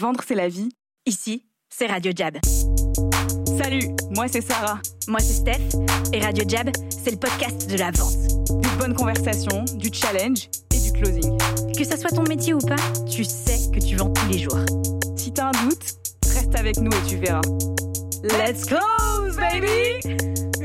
Vendre, c'est la vie. Ici, c'est Radio Jab. Salut, moi c'est Sarah. Moi c'est Steph, et Radio Jab, c'est le podcast de la vente. Des bonnes conversations, du challenge et du closing. Que ça soit ton métier ou pas, tu sais que tu vends tous les jours. Si t'as un doute, reste avec nous et tu verras. Let's close, baby!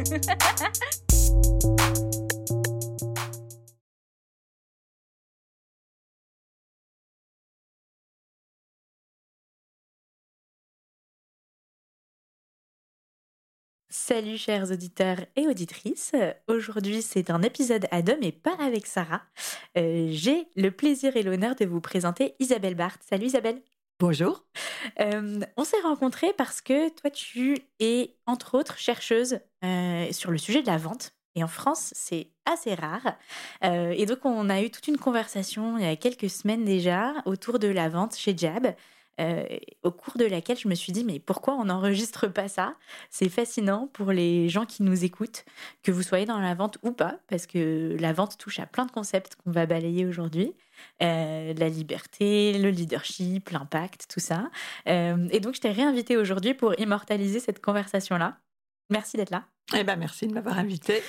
Salut chers auditeurs et auditrices, aujourd'hui c'est un épisode à deux mais pas avec Sarah. J'ai le plaisir et l'honneur de vous présenter Isabelle Barthes. Salut Isabelle. Bonjour. On s'est rencontrés parce que toi tu es entre autres chercheuse sur le sujet de la vente. Et en France, c'est assez rare. Et donc, on a eu toute une conversation il y a quelques semaines déjà autour de la vente chez Jab, au cours de laquelle je me suis dit, mais pourquoi on n'enregistre pas ça? C'est fascinant pour les gens qui nous écoutent, que vous soyez dans la vente ou pas, parce que la vente touche à plein de concepts qu'on va balayer aujourd'hui. La liberté, le leadership, l'impact, tout ça. Et donc, je t'ai réinvitée aujourd'hui pour immortaliser cette conversation-là. Merci d'être là. Eh ben, merci de m'avoir invitée.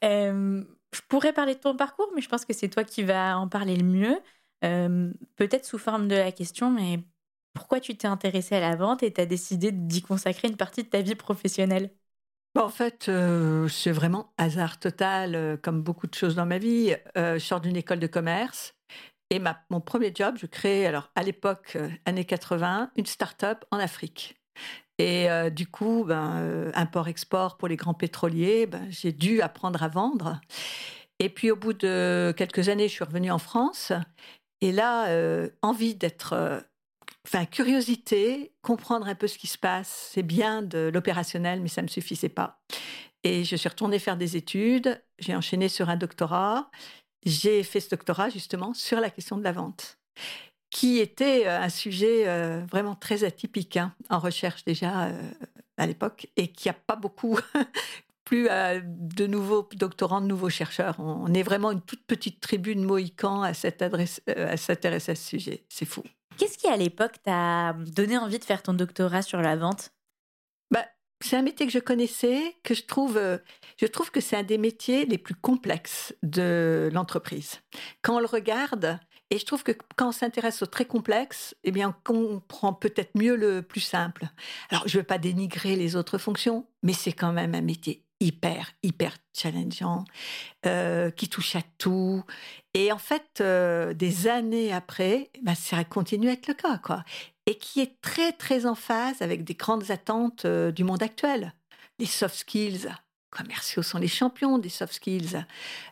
Je pourrais parler de ton parcours, mais je pense que c'est toi qui vas en parler le mieux. Peut-être sous forme de la question, mais pourquoi tu t'es intéressée à la vente et t'as décidé d'y consacrer une partie de ta vie professionnelle? En fait, c'est vraiment hasard total, comme beaucoup de choses dans ma vie. Je sors d'une école de commerce et mon premier job, je crée, alors à l'époque, années 80, une start-up en Afrique. Et du coup, import-export pour les grands pétroliers, j'ai dû apprendre à vendre. Et puis au bout de quelques années, je suis revenue en France. Et là, envie d'être... curiosité, comprendre un peu ce qui se passe. C'est bien de l'opérationnel, mais ça ne me suffisait pas. Et je suis retournée faire des études. J'ai enchaîné sur un doctorat. J'ai fait ce doctorat justement sur la question de la vente, qui était un sujet vraiment très atypique en recherche déjà à l'époque, et qui n'a pas beaucoup plus de nouveaux doctorants, de nouveaux chercheurs. On est vraiment une toute petite tribu de Mohicans à s'intéresser à ce sujet. C'est fou. Qu'est-ce qui, à l'époque, t'a donné envie de faire ton doctorat sur la vente? C'est un métier que je connaissais, que je trouve que c'est un des métiers les plus complexes de l'entreprise. Quand on le regarde, et je trouve que quand on s'intéresse au très complexe, eh bien, on comprend peut-être mieux le plus simple. Alors, je ne veux pas dénigrer les autres fonctions, mais c'est quand même un métier hyper challengeant, qui touche à tout. Et en fait, des années après, ça continue à être le cas, quoi. Et qui est très, très en phase avec des grandes attentes du monde actuel. Les soft skills commerciaux sont les champions des soft skills.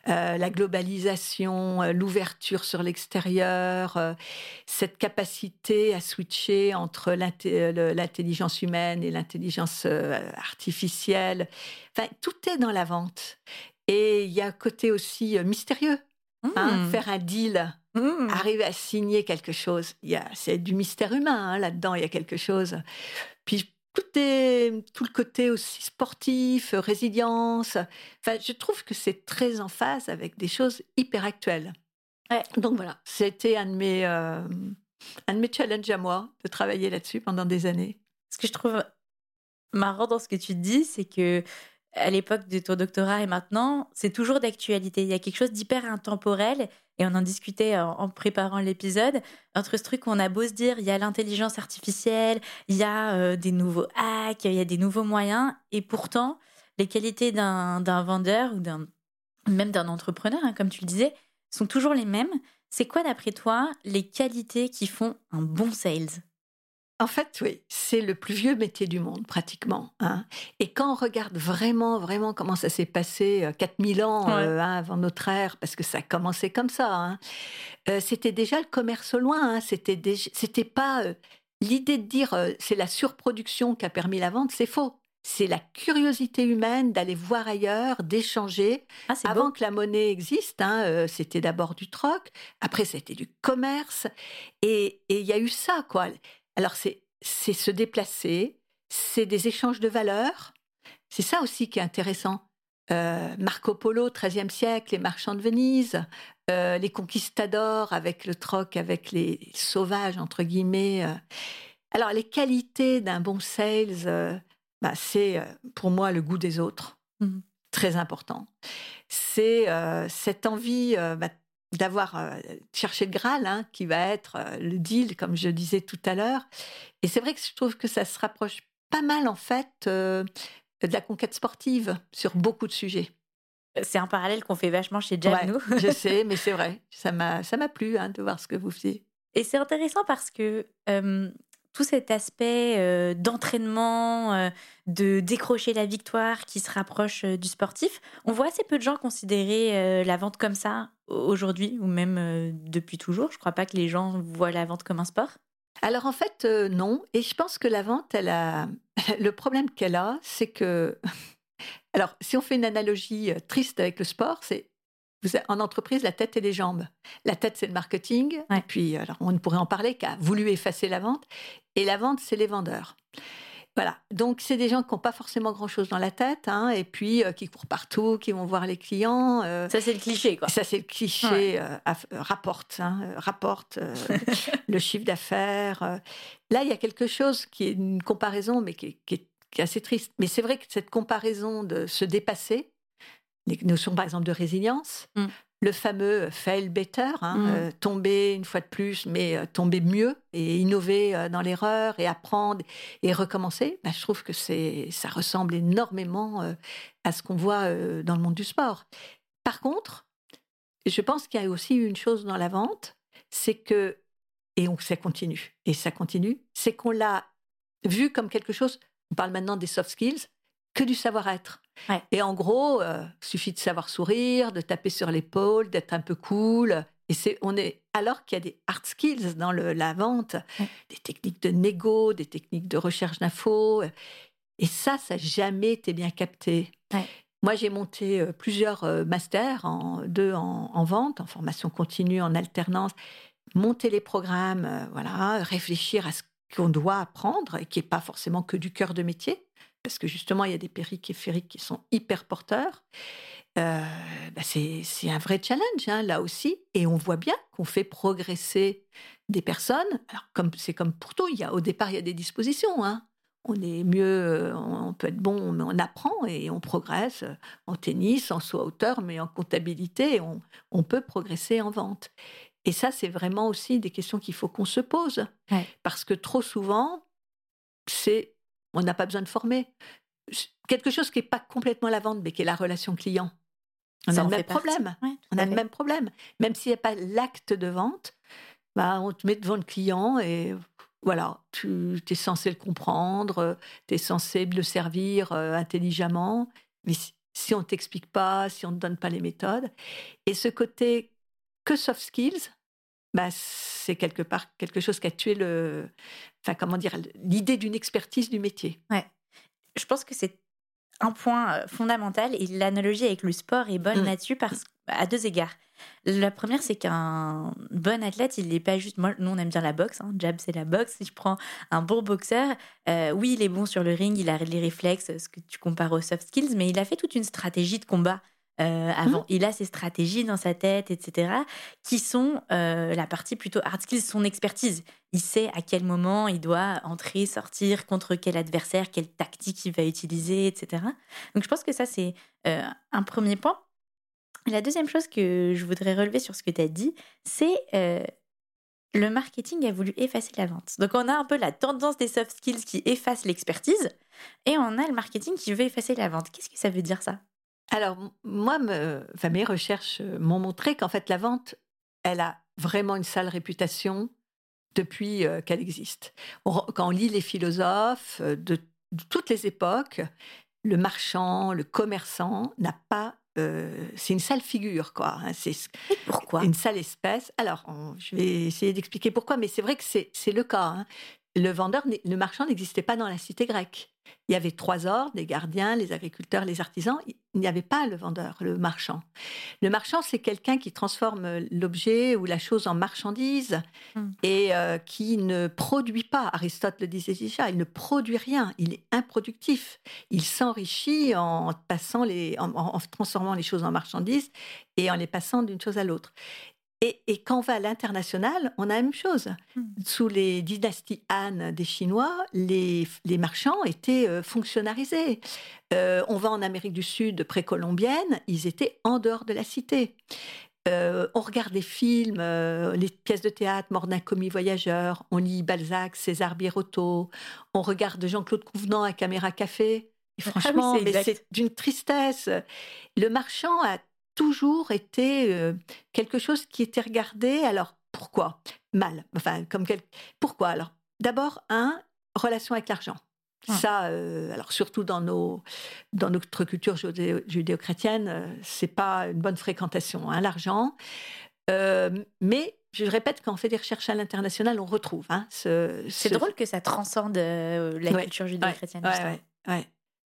La globalisation, l'ouverture sur l'extérieur, cette capacité à switcher entre l'intelligence humaine et l'intelligence artificielle. Tout est dans la vente. Et il y a un côté aussi mystérieux. Faire un deal, arriver à signer quelque chose. C'est du mystère humain là-dedans, il y a quelque chose. Puis tout le côté aussi sportif, résilience. Je trouve que c'est très en phase avec des choses hyper actuelles. Ouais. Donc voilà, c'était un de mes challenges à moi, de travailler là-dessus pendant des années. Ce que je trouve marrant dans ce que tu dis, c'est que à l'époque de ton doctorat et maintenant, c'est toujours d'actualité. Il y a quelque chose d'hyper intemporel, et on en discutait en préparant l'épisode, entre ce truc qu'on a beau se dire, il y a l'intelligence artificielle, il y a des nouveaux hacks, il y a des nouveaux moyens, et pourtant, les qualités d'un vendeur ou même d'un entrepreneur, comme tu le disais, sont toujours les mêmes. C'est quoi, d'après toi, les qualités qui font un bon sales? En fait, oui, c'est le plus vieux métier du monde, pratiquement. Et quand on regarde vraiment comment ça s'est passé 4000 ans avant notre ère, parce que ça a commencé comme ça, c'était déjà le commerce au loin. C'était pas l'idée de dire c'est la surproduction qui a permis la vente, c'est faux. C'est la curiosité humaine d'aller voir ailleurs, d'échanger. Avant que la monnaie existe, c'était d'abord du troc, après c'était du commerce, et il y a eu ça, quoi. Alors, c'est se déplacer, c'est des échanges de valeurs. C'est ça aussi qui est intéressant. Marco Polo, XIIIe siècle, les marchands de Venise, les conquistadors avec le troc, avec les sauvages, entre guillemets. Alors, les qualités d'un bon sales, c'est pour moi le goût des autres, très important. C'est cette envie d'avoir cherché le Graal, hein, qui va être le deal, comme je disais tout à l'heure. Et c'est vrai que je trouve que ça se rapproche pas mal, en fait, de la conquête sportive sur beaucoup de sujets. C'est un parallèle qu'on fait vachement chez Jab, Ouais, nous. je sais, mais c'est vrai. Ça m'a plu de voir ce que vous faisiez. Et c'est intéressant parce que tout cet aspect d'entraînement, de décrocher la victoire qui se rapproche du sportif, on voit assez peu de gens considérer la vente comme ça aujourd'hui, ou même depuis toujours. Je ne crois pas que les gens voient la vente comme un sport. Alors en fait, non. Et je pense que la vente, elle a... le problème qu'elle a, c'est que... Alors, si on fait une analogie triste avec le sport, c'est en entreprise, la tête et les jambes. La tête, c'est le marketing. Ouais. Et puis, alors, on pourrait en parler, qui a voulu effacer la vente. Et la vente, c'est les vendeurs. Voilà. Donc, c'est des gens qui n'ont pas forcément grand-chose dans la tête, hein, et puis qui courent partout, qui vont voir les clients. Ça, c'est le cliché, quoi. Ça, c'est le cliché. Rapporte le chiffre d'affaires. Là, il y a quelque chose qui est une comparaison, mais qui est assez triste. Mais c'est vrai que cette comparaison de se dépasser, les notions par exemple de résilience, le fameux fail better, tomber une fois de plus, mais tomber mieux et innover dans l'erreur et apprendre et recommencer, je trouve que ça ressemble énormément à ce qu'on voit dans le monde du sport. Par contre, je pense qu'il y a aussi une chose dans la vente, c'est que, ça continue, c'est qu'on l'a vu comme quelque chose, on parle maintenant des soft skills, que du savoir-être. Ouais. Et en gros, suffit de savoir sourire, de taper sur l'épaule, d'être un peu cool. Alors qu'il y a des hard skills dans la vente, des techniques de négo, des techniques de recherche d'infos. Et ça n'a jamais été bien capté. Ouais. Moi, j'ai monté plusieurs masters, deux en vente, en formation continue, en alternance. Monter les programmes, réfléchir à ce qu'on doit apprendre et qui n'est pas forcément que du cœur de métier. Parce que justement, il y a des périphériques qui sont hyper porteurs. C'est un vrai challenge, là aussi. Et on voit bien qu'on fait progresser des personnes. Alors, c'est comme pour tout, au départ, il y a des dispositions. On est mieux, on peut être bon, mais on apprend et on progresse en tennis, en saut à hauteur, mais en comptabilité, on peut progresser en vente. Et ça, c'est vraiment aussi des questions qu'il faut qu'on se pose. Ouais. Parce que trop souvent, on n'a pas besoin de former. Quelque chose qui n'est pas complètement la vente, mais qui est la relation client. On a le même problème. Ouais, on a le même problème. Même s'il n'y a pas l'acte de vente, on te met devant le client et voilà, tu es censé le comprendre, tu es censé le servir intelligemment. Mais si on ne t'explique pas, si on ne te donne pas les méthodes. Et ce côté que soft skills, c'est quelque part quelque chose qui a tué l'idée d'une expertise du métier. Ouais. Je pense que c'est un point fondamental et l'analogie avec le sport est bonne là-dessus à deux égards. La première, c'est qu'un bon athlète, il n'est pas juste... Nous, on aime bien la boxe. Jab, c'est la boxe. Si je prends un bon boxeur, oui, il est bon sur le ring, il a les réflexes, ce que tu compares aux soft skills, mais il a fait toute une stratégie de combat avant. Il a ses stratégies dans sa tête, etc., qui sont la partie plutôt hard skills, son expertise. Il sait à quel moment il doit entrer, sortir, contre quel adversaire, quelle tactique il va utiliser, etc. Donc, je pense que ça, c'est un premier point. La deuxième chose que je voudrais relever sur ce que tu as dit, c'est le marketing a voulu effacer la vente. Donc, on a un peu la tendance des soft skills qui effacent l'expertise et on a le marketing qui veut effacer la vente. Qu'est-ce que ça veut dire, ça ? Alors, moi, mes recherches m'ont montré qu'en fait, la vente, elle a vraiment une sale réputation depuis qu'elle existe. Quand on lit les philosophes de toutes les époques, le marchand, le commerçant n'a pas... c'est une sale figure, quoi. Pourquoi ? Une sale espèce. Alors, je vais essayer d'expliquer pourquoi, mais c'est vrai que c'est le cas. Le marchand n'existait pas dans la cité grecque. Il y avait 3 ordres, les gardiens, les agriculteurs, les artisans. Il n'y avait pas le vendeur, le marchand. Le marchand, c'est quelqu'un qui transforme l'objet ou la chose en marchandise et qui ne produit pas. Aristote le disait déjà, il ne produit rien, il est improductif. Il s'enrichit en transformant les choses en marchandises et en les passant d'une chose à l'autre. Et quand on va à l'international, on a la même chose. Sous les dynasties Han des Chinois, les marchands étaient fonctionnalisés. On va en Amérique du Sud précolombienne, ils étaient en dehors de la cité. On regarde les films, les pièces de théâtre, Mort d'un commis voyageur, on lit Balzac, César Birotteau, on regarde Jean-Claude Convenant à Caméra Café. Et franchement, c'est d'une tristesse. Le marchand a toujours été quelque chose qui était regardé. Alors, pourquoi ? Mal. Enfin, pourquoi ? Alors, d'abord, relation avec l'argent. Ça, alors surtout dans notre culture judéo-chrétienne, c'est pas une bonne fréquentation, l'argent. Mais je répète, quand on fait des recherches à l'international, on retrouve. C'est drôle que ça transcende la culture judéo-chrétienne. Ouais.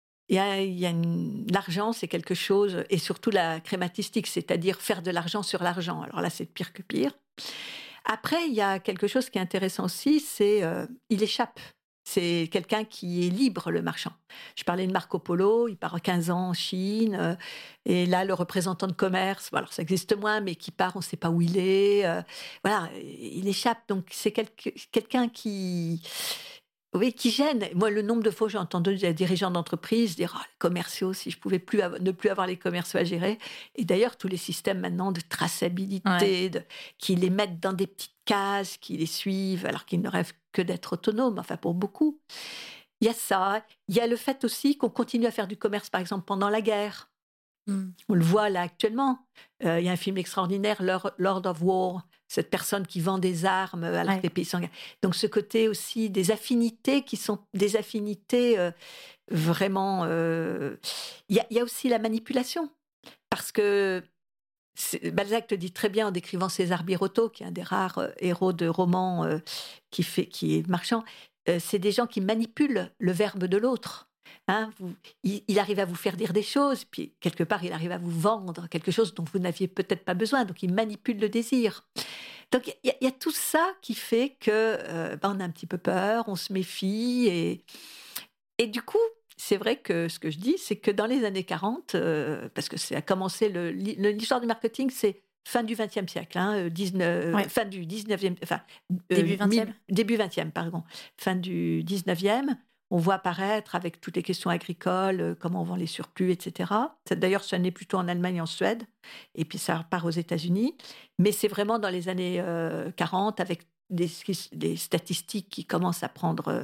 L'argent, c'est quelque chose, et surtout la crématistique, c'est-à-dire faire de l'argent sur l'argent. Alors là, c'est pire que pire. Après, il y a quelque chose qui est intéressant aussi, c'est il échappe. C'est quelqu'un qui est libre, le marchand. Je parlais de Marco Polo, il part 15 ans en Chine, et là, le représentant de commerce, alors ça existe moins, mais qui part, on ne sait pas où il est. Voilà, il échappe. Donc, c'est quelqu'un qui gêne. Moi, le nombre de fois, j'ai entendu des dirigeants d'entreprise dire les commerciaux, si je pouvais ne plus avoir les commerciaux à gérer. Et d'ailleurs, tous les systèmes maintenant de traçabilité, qui les mettent dans des petites cases, qui les suivent, alors qu'ils ne rêvent que d'être autonomes, enfin pour beaucoup. Il y a ça. Il y a le fait aussi qu'on continue à faire du commerce, par exemple, pendant la guerre. On le voit là actuellement. Il y a un film extraordinaire, Lord of War, cette personne qui vend des armes alors que les pays sont... Donc ce côté aussi des affinités qui sont des affinités vraiment... Il y a aussi la manipulation. Parce que Balzac le dit très bien en décrivant César Birotteau, qui est un des rares héros de romans qui est marchand. C'est des gens qui manipulent le verbe de l'autre. Il arrive à vous faire dire des choses, puis quelque part, il arrive à vous vendre quelque chose dont vous n'aviez peut-être pas besoin. Donc, il manipule le désir. Donc, il y a tout ça qui fait que on a un petit peu peur, on se méfie. Et du coup, c'est vrai que ce que je dis, c'est que dans les années 40, parce que ça a commencé, l'histoire du marketing, c'est fin du XXe siècle, fin du 19e, enfin... début 20e. Début 20e, pardon. Fin du 19e. On voit apparaître avec toutes les questions agricoles, comment on vend les surplus, etc. D'ailleurs, ça naît plutôt en Allemagne et en Suède, et puis ça repart aux États-Unis. Mais c'est vraiment dans les années 40, avec des statistiques qui commencent à prendre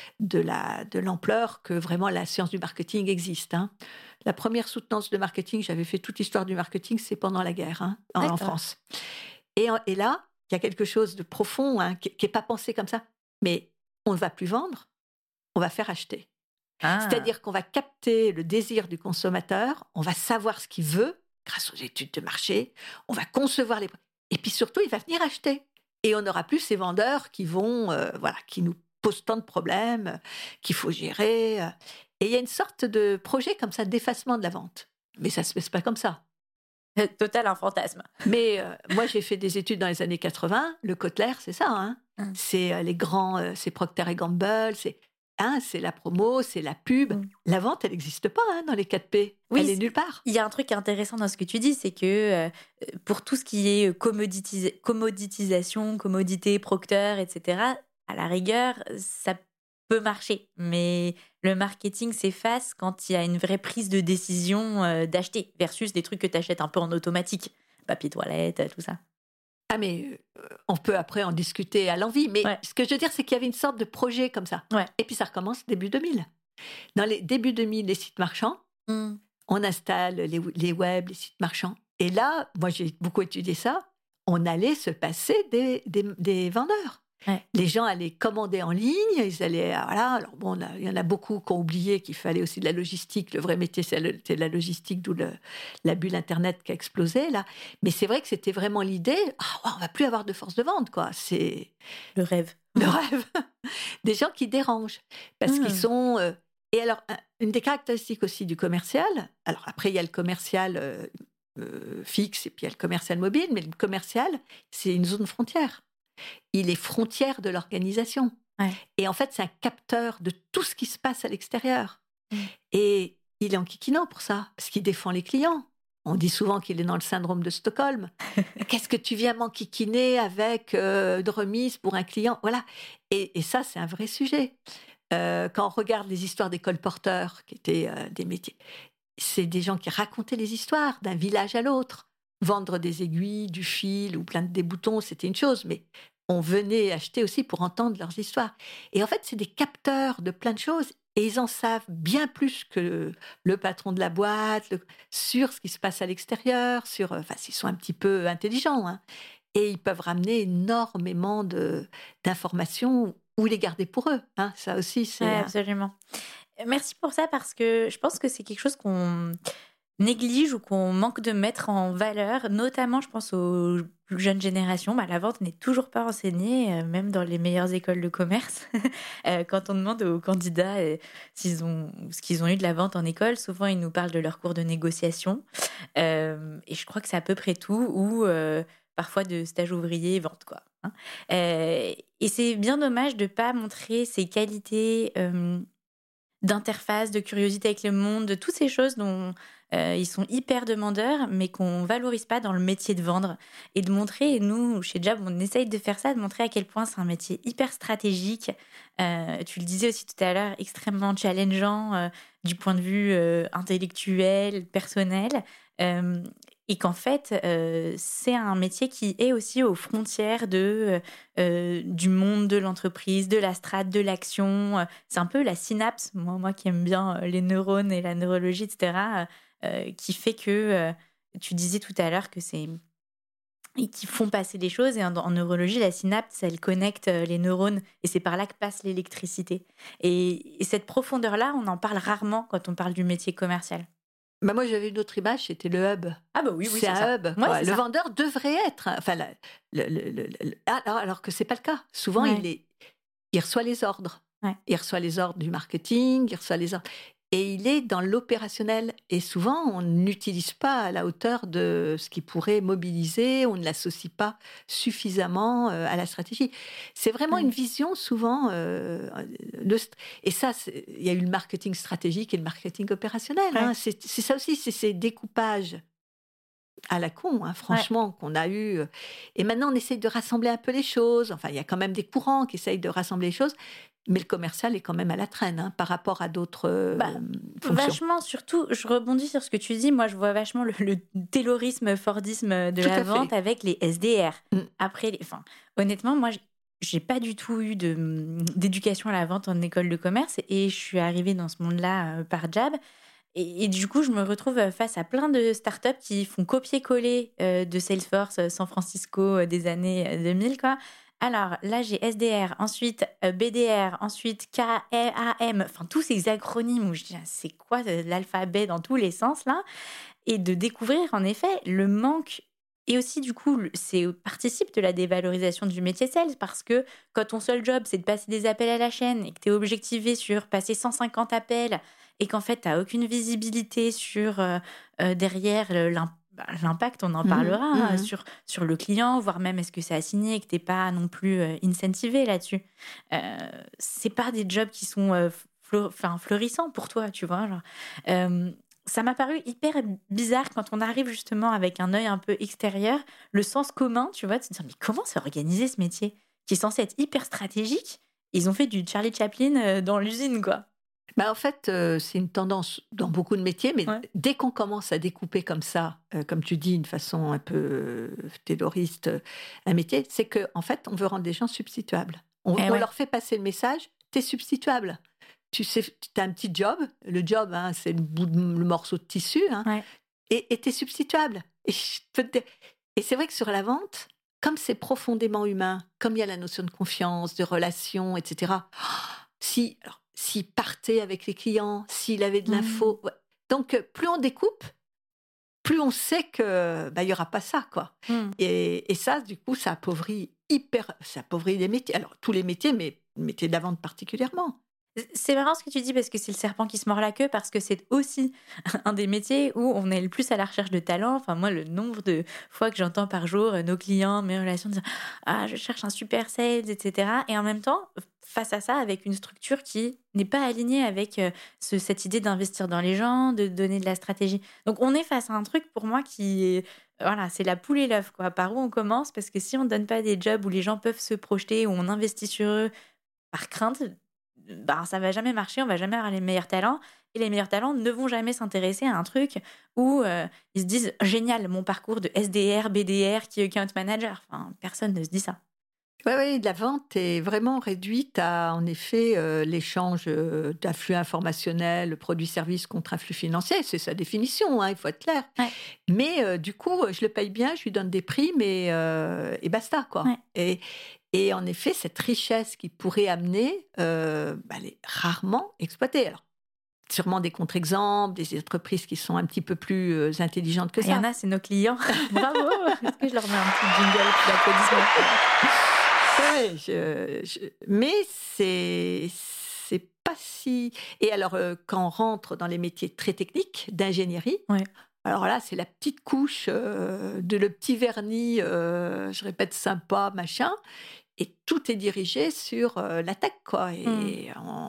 de l'ampleur, que vraiment la science du marketing existe. La première soutenance de marketing, j'avais fait toute l'histoire du marketing, c'est pendant la guerre, en France. Et là, il y a quelque chose de profond, qui n'est pas pensé comme ça. Mais on ne va plus vendre. On va faire acheter. C'est-à-dire qu'on va capter le désir du consommateur, on va savoir ce qu'il veut grâce aux études de marché, on va concevoir les... Et puis surtout, il va venir acheter. Et on n'aura plus ces vendeurs qui vont, qui nous posent tant de problèmes, qu'il faut gérer. Et il y a une sorte de projet comme ça d'effacement de la vente. Mais ça ne se passe pas comme ça. Total, un fantasme. Mais moi, j'ai fait des études dans les années 80. Le Kotler, c'est ça. C'est les grands... c'est Procter & Gamble, c'est la promo, c'est la pub. La vente, elle n'existe pas dans les 4P. Oui, elle est nulle part. Il y a un truc intéressant dans ce que tu dis, c'est que pour tout ce qui est commoditisation, commodité, Procter, etc., à la rigueur, ça peut marcher. Mais le marketing s'efface quand il y a une vraie prise de décision d'acheter, versus des trucs que tu achètes un peu en automatique. Papier toilette, tout ça. Mais on peut après en discuter à l'envie. Mais ce que je veux dire, c'est qu'il y avait une sorte de projet comme ça. Et puis ça recommence début 2000. Dans les débuts 2000, les sites marchands, on installe les web, les sites marchands. Et là, moi j'ai beaucoup étudié ça, on allait se passer des vendeurs. Les gens allaient commander en ligne, ils allaient... Alors bon, il y en a beaucoup qui ont oublié qu'il fallait aussi de la logistique. Le vrai métier, c'est la logistique, d'où la bulle Internet qui a explosé, là. Mais c'est vrai que c'était vraiment l'idée, on va plus avoir de force de vente, quoi. C'est... Le rêve. Le rêve. Des gens qui dérangent. Parce qu'ils sont... Et alors, une des caractéristiques aussi du commercial, alors après, il y a le commercial fixe et puis il y a le commercial mobile, mais le commercial, c'est une zone frontière. Il est frontière de l'organisation. Et en fait, c'est un capteur de tout ce qui se passe à l'extérieur. Et il est enquiquinant pour ça, parce qu'il défend les clients. On dit souvent qu'il est dans le syndrome de Stockholm. Qu'est-ce que tu viens m'enquiquiner avec de remise pour un client? Voilà. Et ça, c'est un vrai sujet. Quand on regarde les histoires des colporteurs, qui étaient des métiers, c'est des gens qui racontaient les histoires d'un village à l'autre. Vendre des aiguilles, du fil ou plein des boutons, c'était une chose, mais on venait acheter aussi pour entendre leurs histoires. Et en fait, c'est des capteurs de plein de choses. Et ils en savent bien plus que le patron de la boîte, sur ce qui se passe à l'extérieur, enfin, s'ils sont un petit peu intelligents. Hein. Et ils peuvent ramener énormément d'informations ou les garder pour eux. Hein. Ça aussi, c'est... Ouais, absolument. Merci pour ça, parce que je pense que c'est quelque chose qu'on néglige ou qu'on manque de mettre en valeur, notamment, je pense, aux plus jeunes générations. La vente n'est toujours pas enseignée, même dans les meilleures écoles de commerce. Quand on demande aux candidats ce qu'ils ont eu de la vente en école, souvent ils nous parlent de leur cours de négociation. Et je crois que c'est à peu près tout, ou parfois de stage ouvrier, vente, quoi. Hein. Et c'est bien dommage de ne pas montrer ces qualités d'interface, de curiosité avec le monde, de toutes ces choses dont ils sont hyper demandeurs, mais qu'on valorise pas dans le métier de vendre. Et de montrer, et nous, chez Jab, on essaye de faire ça, de montrer à quel point c'est un métier hyper stratégique. Tu le disais aussi tout à l'heure, extrêmement challengeant du point de vue intellectuel, personnel. Et qu'en fait, c'est un métier qui est aussi aux frontières du monde de l'entreprise, de la strate, de l'action. C'est un peu la synapse, moi qui aime bien les neurones et la neurologie, etc., qui fait que, tu disais tout à l'heure que c'est... et qui font passer les choses. Et en neurologie, la synapse, elle connecte les neurones, et c'est par là que passe l'électricité. Et cette profondeur-là, on en parle rarement quand on parle du métier commercial. Moi, j'avais une autre image, c'était le hub. Ah bah oui, c'est un ça. hub. Ouais, le vendeur devrait être... Enfin, alors que c'est pas le cas. Souvent, il reçoit les ordres. Ouais. Il reçoit les ordres du marketing, il reçoit les ordres... Et il est dans l'opérationnel. Et souvent, on n'utilise pas à la hauteur de ce qui pourrait mobiliser, on ne l'associe pas suffisamment à la stratégie. C'est vraiment une vision souvent... Et ça, il y a eu le marketing stratégique et le marketing opérationnel. Ouais. Hein. C'est ça aussi, c'est ces découpages à la con, hein, franchement, qu'on a eu. Et maintenant, on essaye de rassembler un peu les choses. Enfin, il y a quand même des courants qui essayent de rassembler les choses. Mais le commercial est quand même à la traîne, hein, par rapport à d'autres fonctions. Vachement, surtout, je rebondis sur ce que tu dis. Moi, je vois vachement le taylorisme, fordisme de la vente avec les SDR. Après, honnêtement, moi, j'ai pas du tout eu d'éducation à la vente en école de commerce, et je suis arrivée dans ce monde-là par Jab. Et du coup, je me retrouve face à plein de startups qui font copier-coller de Salesforce San Francisco des années 2000, quoi. Alors là, j'ai SDR, ensuite BDR, ensuite KAM, enfin tous ces acronymes où je dis, c'est quoi l'alphabet dans tous les sens là? Et de découvrir en effet le manque. Et aussi, du coup, c'est participe de la dévalorisation du métier sales, parce que quand ton seul job, c'est de passer des appels à la chaîne et que tu es objectivé sur passer 150 appels et qu'en fait, tu n'as aucune visibilité sur derrière l'impact, on en parlera, sur le client, voire même est-ce que c'est assigné et que tu n'es pas non plus incentivé là-dessus. C'est pas des jobs qui sont fleurissants pour toi, tu vois. Ça m'a paru hyper bizarre quand on arrive justement avec un œil un peu extérieur, le sens commun, tu vois, de se dire, mais comment s'est organisé ce métier qui est censé être hyper stratégique? Ils ont fait du Charlie Chaplin dans l'usine, quoi. En fait, c'est une tendance dans beaucoup de métiers, mais dès qu'on commence à découper comme ça, comme tu dis, une façon un peu tayloriste, un métier, c'est qu'en fait, on veut rendre les gens substituables. On leur fait passer le message, t'es substituable. Tu sais, tu as un petit job. Le job, hein, c'est le morceau de tissu. Hein, et tu es substituable. Et c'est vrai que sur la vente, comme c'est profondément humain, comme il y a la notion de confiance, de relation, etc., s'il partait avec les clients, s'il avait de l'info... Donc, plus on découpe, plus on sait qu'il n'y aura pas ça, quoi. Et ça, du coup, ça appauvrit les métiers. Alors, tous les métiers, mais le métier de la vente particulièrement. C'est marrant ce que tu dis parce que c'est le serpent qui se mord la queue parce que c'est aussi un des métiers où on est le plus à la recherche de talent. Enfin, moi, le nombre de fois que j'entends par jour nos clients, mes relations dire ah, je cherche un super sales, etc. Et en même temps, face à ça, avec une structure qui n'est pas alignée avec cette idée d'investir dans les gens, de donner de la stratégie. Donc, on est face à un truc pour moi qui est. Voilà, c'est la poule et l'œuf, quoi. Par où on commence? Parce que si on ne donne pas des jobs où les gens peuvent se projeter, où on investit sur eux par crainte, bah, ça va jamais marcher, on va jamais avoir les meilleurs talents. Et les meilleurs talents ne vont jamais s'intéresser à un truc où ils se disent génial, mon parcours de SDR, BDR, key account manager. Enfin, personne ne se dit ça. Oui, la vente est vraiment réduite à, en effet, l'échange d'afflux informationnels, produits-services contre influx financiers. C'est sa définition, hein, il faut être clair. Ouais. Mais du coup, je le paye bien, je lui donne des primes et basta, quoi. Ouais. Et en effet, cette richesse qu'il pourrait amener, elle est rarement exploitée. Alors, sûrement des contre-exemples, des entreprises qui sont un petit peu plus intelligentes que ça. Il y en a, c'est nos clients. Bravo. Est-ce que je leur mets un petit jingle d'applaudissements? Mais c'est pas si. Et alors, quand on rentre dans les métiers très techniques d'ingénierie, Ouais. alors là, c'est la petite couche de le petit vernis, je répète, sympa, machin, et tout est dirigé sur l'attaque, quoi. Et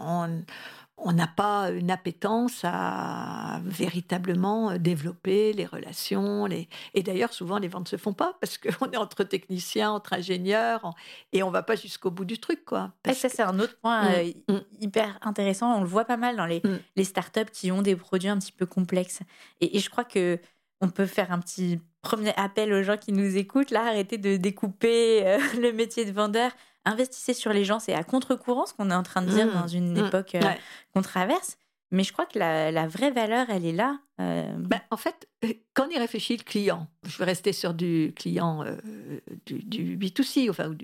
on n'a pas une appétence à véritablement développer les relations. Et d'ailleurs, souvent, les ventes ne se font pas parce qu'on est entre techniciens, entre ingénieurs, et on ne va pas jusqu'au bout du truc, quoi. Et ça, c'est un autre point hyper intéressant. On le voit pas mal dans les startups qui ont des produits un petit peu complexes. Et je crois qu'on peut faire un petit premier appel aux gens qui nous écoutent. Là, arrêtez de découper le métier de vendeur. Investissez sur les gens, c'est à contre-courant ce qu'on est en train de dire dans une époque qu'on traverse. Mais je crois que la vraie valeur, elle est là. En fait, quand on y réfléchit, le client, je vais rester sur du client du B2C, enfin,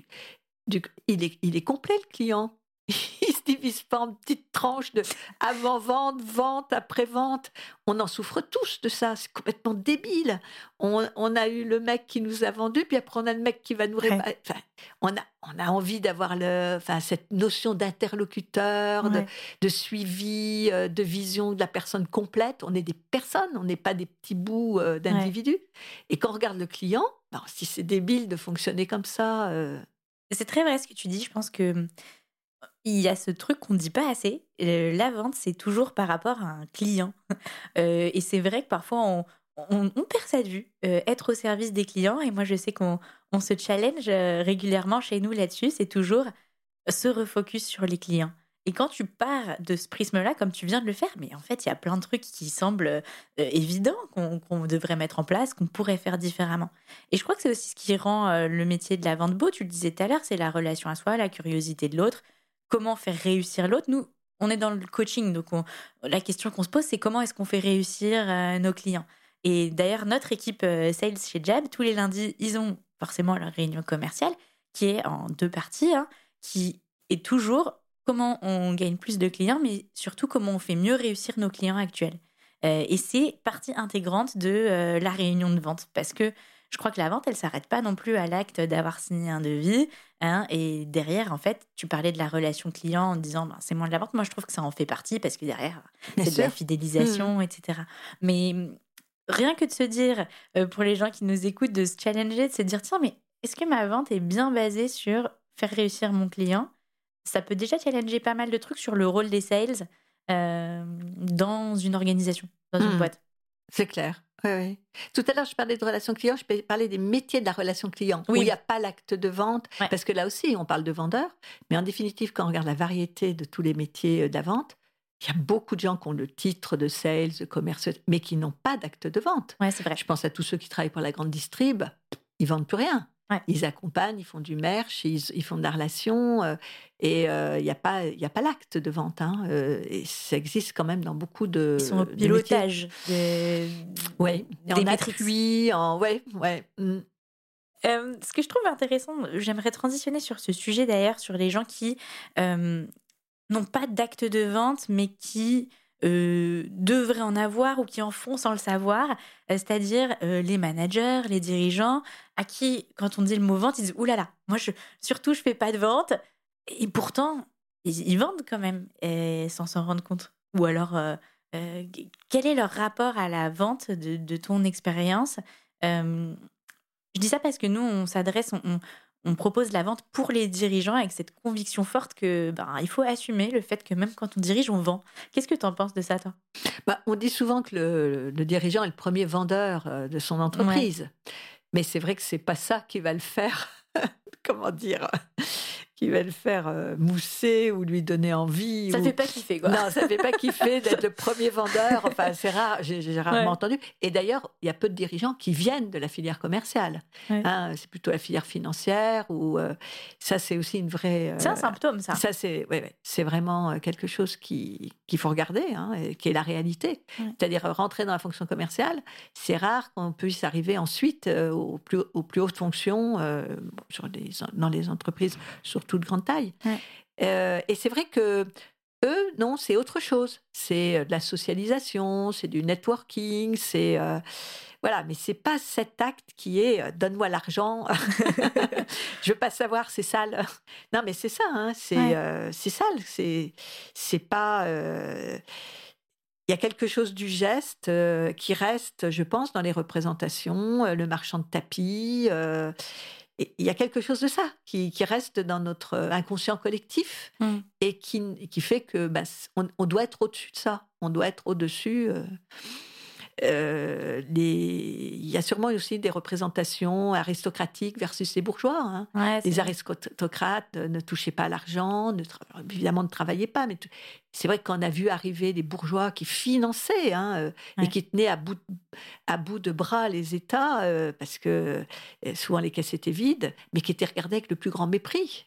il est complet, le client. Il se divise pas en petites tranches de avant-vente, vente, après-vente. On en souffre tous de ça, c'est complètement débile. On a eu le mec qui nous a vendu, puis après on a le mec qui va nous réparer. Enfin, on a envie d'avoir cette notion d'interlocuteur, de suivi, de vision de la personne complète. On est des personnes, on n'est pas des petits bouts d'individus. Et quand on regarde le client, si c'est débile de fonctionner comme ça... C'est très vrai ce que tu dis, je pense que il y a ce truc qu'on ne dit pas assez. La vente, c'est toujours par rapport à un client. Et c'est vrai que parfois, on perd ça de vue, être au service des clients. Et moi, je sais qu'on se challenge régulièrement chez nous là-dessus. C'est toujours se refocus sur les clients. Et quand tu pars de ce prisme-là, comme tu viens de le faire, mais en fait, il y a plein de trucs qui semblent évidents qu'on devrait mettre en place, qu'on pourrait faire différemment. Et je crois que c'est aussi ce qui rend le métier de la vente beau. Tu le disais tout à l'heure, c'est la relation à soi, la curiosité de l'autre. Comment faire réussir l'autre? Nous, on est dans le coaching, donc la question qu'on se pose, c'est comment est-ce qu'on fait réussir nos clients? Et d'ailleurs, notre équipe sales chez Jab, tous les lundis, ils ont forcément leur réunion commerciale, qui est en 2 parties, qui est toujours comment on gagne plus de clients, mais surtout comment on fait mieux réussir nos clients actuels. Et c'est partie intégrante de la réunion de vente, parce que je crois que la vente, elle ne s'arrête pas non plus à l'acte d'avoir signé un devis. Et derrière, en fait, tu parlais de la relation client en disant c'est moins de la vente. Moi, je trouve que ça en fait partie parce que derrière, c'est de la fidélisation, etc. Mais rien que de se dire, pour les gens qui nous écoutent, de se challenger, de se dire tiens, mais est-ce que ma vente est bien basée sur faire réussir mon client? Ça peut déjà challenger pas mal de trucs sur le rôle des sales dans une organisation, dans une boîte. C'est clair. Oui. Tout à l'heure, je parlais de relation client, je parlais des métiers de la relation client, où il n'y a pas l'acte de vente, parce que là aussi, on parle de vendeur, mais en définitive, quand on regarde la variété de tous les métiers de la vente, il y a beaucoup de gens qui ont le titre de sales, de commerce, mais qui n'ont pas d'acte de vente. Ouais, c'est vrai. Je pense à tous ceux qui travaillent pour la grande distrib, ils ne vendent plus rien. Ouais. Ils accompagnent, ils font du merch, ils font de la relation, et il n'y a pas l'acte de vente. Et ça existe quand même dans beaucoup de. Ils sont au pilotage. Oui, en appui, ce que je trouve intéressant, j'aimerais transitionner sur ce sujet d'ailleurs, sur les gens qui n'ont pas d'acte de vente, mais qui devraient en avoir ou qui en font sans le savoir, c'est-à-dire les managers, les dirigeants, à qui, quand on dit le mot vente, ils disent « Ouh là là, moi, surtout, je fais pas de vente ». Et pourtant, ils vendent quand même et sans s'en rendre compte. Ou alors, quel est leur rapport à la vente de ton expérience? Hem, je dis ça parce que nous, on propose la vente pour les dirigeants avec cette conviction forte que, ben, il faut assumer le fait que même quand on dirige, on vend. Qu'est-ce que tu en penses de ça, toi? On dit souvent que le dirigeant est le premier vendeur de son Ouais. entreprise. Mais c'est vrai que c'est pas ça qui va le faire, comment dire, qui va le faire mousser ou lui donner envie. Ça Ou... fait pas kiffer, quoi. Non, ça fait pas kiffer d'être le premier vendeur. Enfin, c'est rare, j'ai rarement Ouais, entendu. Et d'ailleurs, il y a peu de dirigeants qui viennent de la filière commerciale. ouais. Hein, c'est plutôt la filière financière ou ça, c'est aussi une vraie. C'est un symptôme, ça. Ça, c'est ouais, ouais, c'est vraiment quelque chose qu'il faut regarder, hein, et qui est la réalité. Ouais. C'est-à-dire rentrer dans la fonction commerciale, c'est rare qu'on puisse arriver ensuite aux plus hautes fonctions dans les entreprises, surtout de grande taille. Ouais. Et c'est vrai que eux, non, c'est autre chose. C'est de la socialisation, c'est du networking, c'est voilà, mais c'est pas cet acte qui est donne-moi l'argent, je veux pas savoir, c'est sale. Non, mais c'est ça, hein, Ouais. c'est sale, c'est pas. Il y a quelque chose du geste qui reste, je pense, dans les représentations, le marchand de tapis. Et il y a quelque chose de ça qui reste dans notre inconscient collectif Mmh. et qui fait que on doit être au-dessus de ça. On doit être au-dessus. Il y a sûrement aussi des représentations aristocratiques versus les bourgeois. Hein. Ouais, c'est Les vrai. aristocrates ne touchaient pas à l'argent, évidemment ne travaillaient pas, mais c'est vrai qu'on a vu arriver des bourgeois qui finançaient et Ouais. qui tenaient à bout de bras les États, parce que souvent les caisses étaient vides, mais qui étaient regardés avec le plus grand mépris.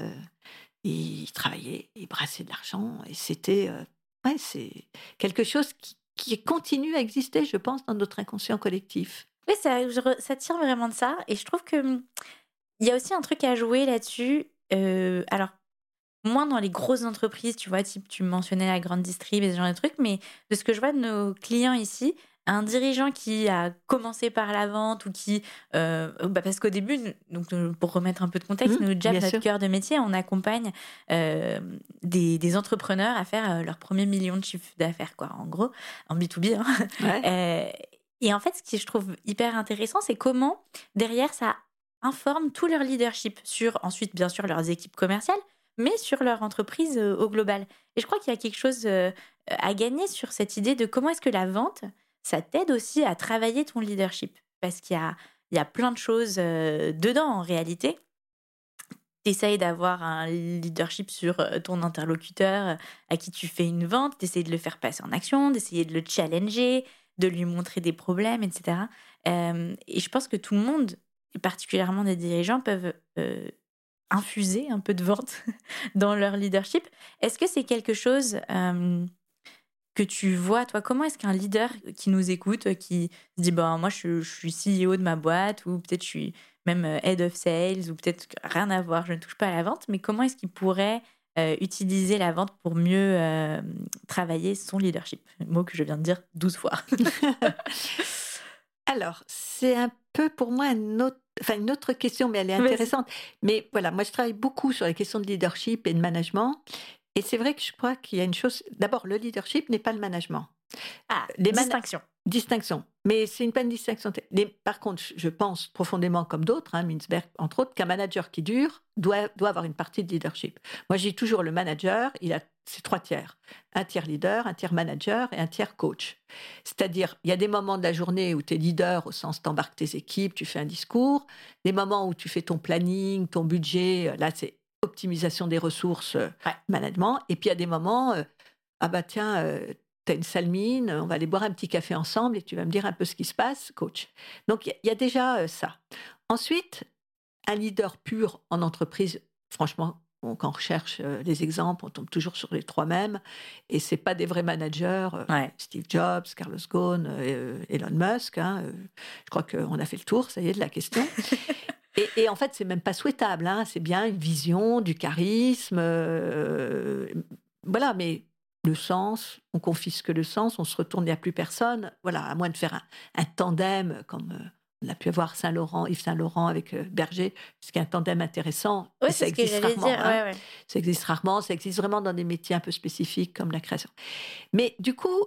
Ils travaillaient, ils brassaient de l'argent, et c'était... ouais, c'est quelque chose qui continue à exister, je pense, dans notre inconscient collectif. Oui, ça tire vraiment de ça et je trouve que, il y a aussi un truc à jouer là-dessus, alors moins dans les grosses entreprises, tu vois? Type, tu mentionnais la grande distrib et ce genre de trucs, mais de ce que je vois de nos clients ici, un dirigeant qui a commencé par la vente ou qui, parce qu'au début, pour remettre un peu de contexte, nous, Jab, Bien notre sûr. cœur de métier, on accompagne, des entrepreneurs à faire, leur 1er million de chiffre d'affaires, quoi, en gros, en B2B, hein. Ouais. Heu et en fait, ce qui je trouve hyper intéressant, c'est comment derrière ça informe tout leur leadership sur ensuite, bien sûr, leurs équipes commerciales, mais sur leur entreprise, au global. Et je crois qu'il y a quelque chose, à gagner sur cette idée de comment est-ce que la vente, ça t'aide aussi à travailler ton leadership. Parce qu'il y a plein de choses, dedans en réalité. Tu essayes d'avoir un leadership sur, ton interlocuteur, à qui tu fais une vente, d'essayer de le faire passer en action, d'essayer de le challenger, de lui montrer des problèmes et cetera. Et je pense que tout le monde, et particulièrement des dirigeants, peuvent, infuser un peu de vente dans leur leadership. Est-ce que c'est quelque chose, que tu vois, toi? Comment est-ce qu'un leader qui nous écoute, qui se dit: «Ben, moi, je suis CEO de ma boîte» ou peut-être je suis même, head of sales ou peut-être que rien à voir, je ne touche pas à la vente, mais comment est-ce qu'il pourrait, utiliser la vente pour mieux, travailler son leadership? Mot que je viens de dire 12 fois. Alors, c'est un peu pour moi une autre question, mais elle est Vas-y. intéressante. Mais voilà, moi je travaille beaucoup sur les questions de leadership et de management. Et c'est vrai que je crois qu'il y a une chose. D'abord, le leadership n'est pas le management. Ah, Les man- distinction. Distinction. Mais c'est une pas une distinction. Par contre, je pense profondément, comme d'autres, Mintzberg entre autres, qu'un manager qui dure doit avoir une partie de leadership. Moi, j'ai toujours le manager, il a ses 3 tiers. Un tiers leader, un tiers manager et un tiers coach. C'est-à-dire, il y a des moments de la journée où tu es leader, au sens t'embarques tes équipes, tu fais un discours. Des moments où tu fais ton planning, ton budget, là, c'est optimisation des ressources, Ouais. management. Et puis, il y a des moments, ah bah tiens, tu as une sale mine, on va aller boire un petit café ensemble et tu vas me dire un peu ce qui se passe, coach. Donc, il y a déjà ça. Ensuite, un leader pur en entreprise, franchement, quand on recherche les exemples, on tombe toujours sur les 3 mêmes. Et ce pas des vrais managers. Ouais. Steve Jobs, Carlos Ghosn, Elon Musk. Je crois qu'on a fait le tour, ça y est, de la question. Et en fait, c'est même pas souhaitable. C'est bien une vision, du charisme. Voilà, mais le sens, on confisque le sens, on se retourne, il n'y a plus personne. Voilà, à moins de faire un tandem comme On a pu avoir Yves Saint-Laurent avec Berger, ce qui est un tandem intéressant. Oui, ça c'est ce que existe j'allais rarement. dire. Ouais. Ça existe rarement, ça existe vraiment dans des métiers un peu spécifiques comme la création. Mais du coup,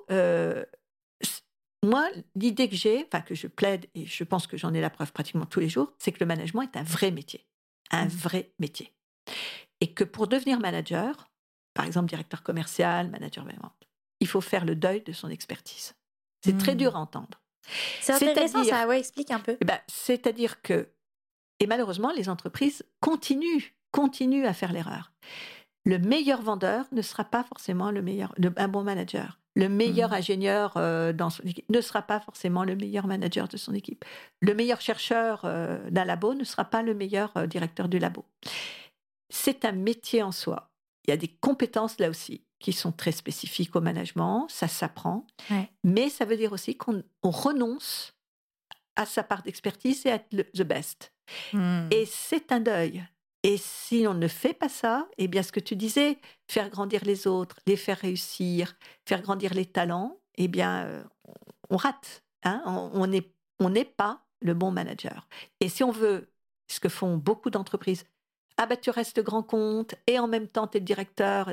moi, l'idée que j'ai, que je plaide, et je pense que j'en ai la preuve pratiquement tous les jours, c'est que le management est un vrai métier. Un vrai métier. Et que pour devenir manager, par exemple directeur commercial, manager de vente, il faut faire le deuil de son expertise. C'est très dur à entendre. C'est intéressant, ça, ouais, explique un peu. C'est-à-dire que, et malheureusement, les entreprises continuent à faire l'erreur. Le meilleur vendeur ne sera pas forcément un bon manager. Le meilleur ingénieur dans son équipe ne sera pas forcément le meilleur manager de son équipe. Le meilleur chercheur d'un labo ne sera pas le meilleur directeur du labo. C'est un métier en soi. Il y a des compétences là aussi qui sont très spécifiques au management, ça s'apprend, mais ça veut dire aussi qu'on renonce à sa part d'expertise et à être the best. Et c'est un deuil. Et si on ne fait pas ça, eh bien ce que tu disais, faire grandir les autres, les faire réussir, faire grandir les talents, eh bien on rate. Hein, on n'est pas le bon manager. Et si on veut, ce que font beaucoup d'entreprises, tu restes grand compte et en même temps tu es directeur,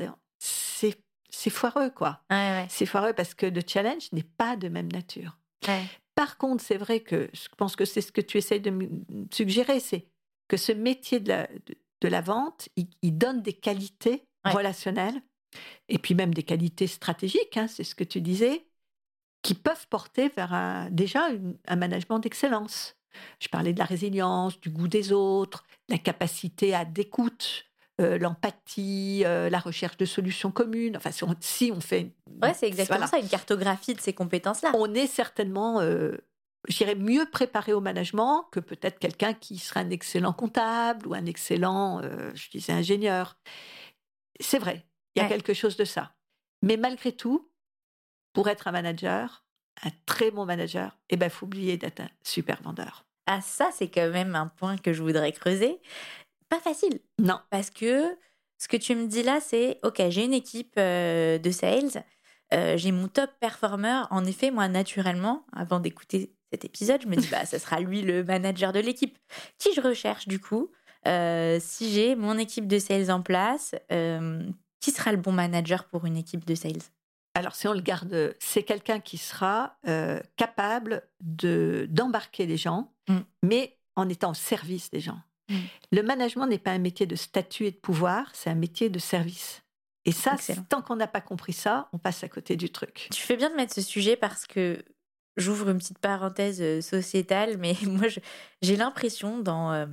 c'est foireux quoi. C'est foireux parce que le challenge n'est pas de même nature. Par contre, c'est vrai que je pense que c'est ce que tu essayes de me suggérer, c'est que ce métier de la vente, il donne des qualités relationnelles et puis même des qualités stratégiques, c'est ce que tu disais, qui peuvent porter vers un management d'excellence. Je parlais de la résilience, du goût des autres, la capacité à d'écoute, l'empathie, la recherche de solutions communes. Enfin, si on fait... c'est exactement ça, une cartographie de ces compétences-là. On est certainement, mieux préparé au management que peut-être quelqu'un qui serait un excellent comptable ou un excellent, ingénieur. C'est vrai, il y a quelque chose de ça. Mais malgré tout, pour être un manager, un très bon manager, il faut oublier d'être un super vendeur. Ah, ça, c'est quand même un point que je voudrais creuser. Pas facile. Non. Parce que ce que tu me dis là, c'est, OK, j'ai une équipe de sales, j'ai mon top performer. En effet, moi, naturellement, avant d'écouter cet épisode, je me dis, ça sera lui le manager de l'équipe. Qui je recherche, du coup, si j'ai mon équipe de sales en place, qui sera le bon manager pour une équipe de sales ? Alors, si on le garde, c'est quelqu'un qui sera capable d'embarquer les gens, mais en étant au service des gens. Le management n'est pas un métier de statut et de pouvoir, c'est un métier de service. Et ça, tant qu'on n'a pas compris ça, on passe à côté du truc. Tu fais bien de mettre ce sujet parce que j'ouvre une petite parenthèse sociétale, mais moi, j'ai l'impression dans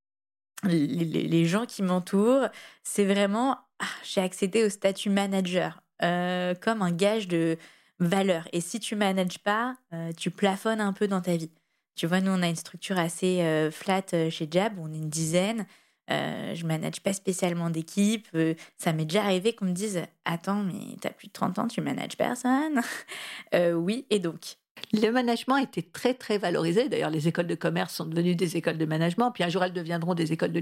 les gens qui m'entourent, c'est vraiment, j'ai accédé au statut manager comme un gage de valeur. Et si tu manages pas, tu plafonnes un peu dans ta vie. Tu vois, nous, on a une structure assez flat chez Jab, on est une dizaine. Je manage pas spécialement d'équipe. Ça m'est déjà arrivé qu'on me dise « Attends, mais t'as plus de 30 ans, tu manages personne ?» Oui, et donc le management était très, très valorisé. D'ailleurs, les écoles de commerce sont devenues des écoles de management. Puis un jour, elles deviendront des écoles de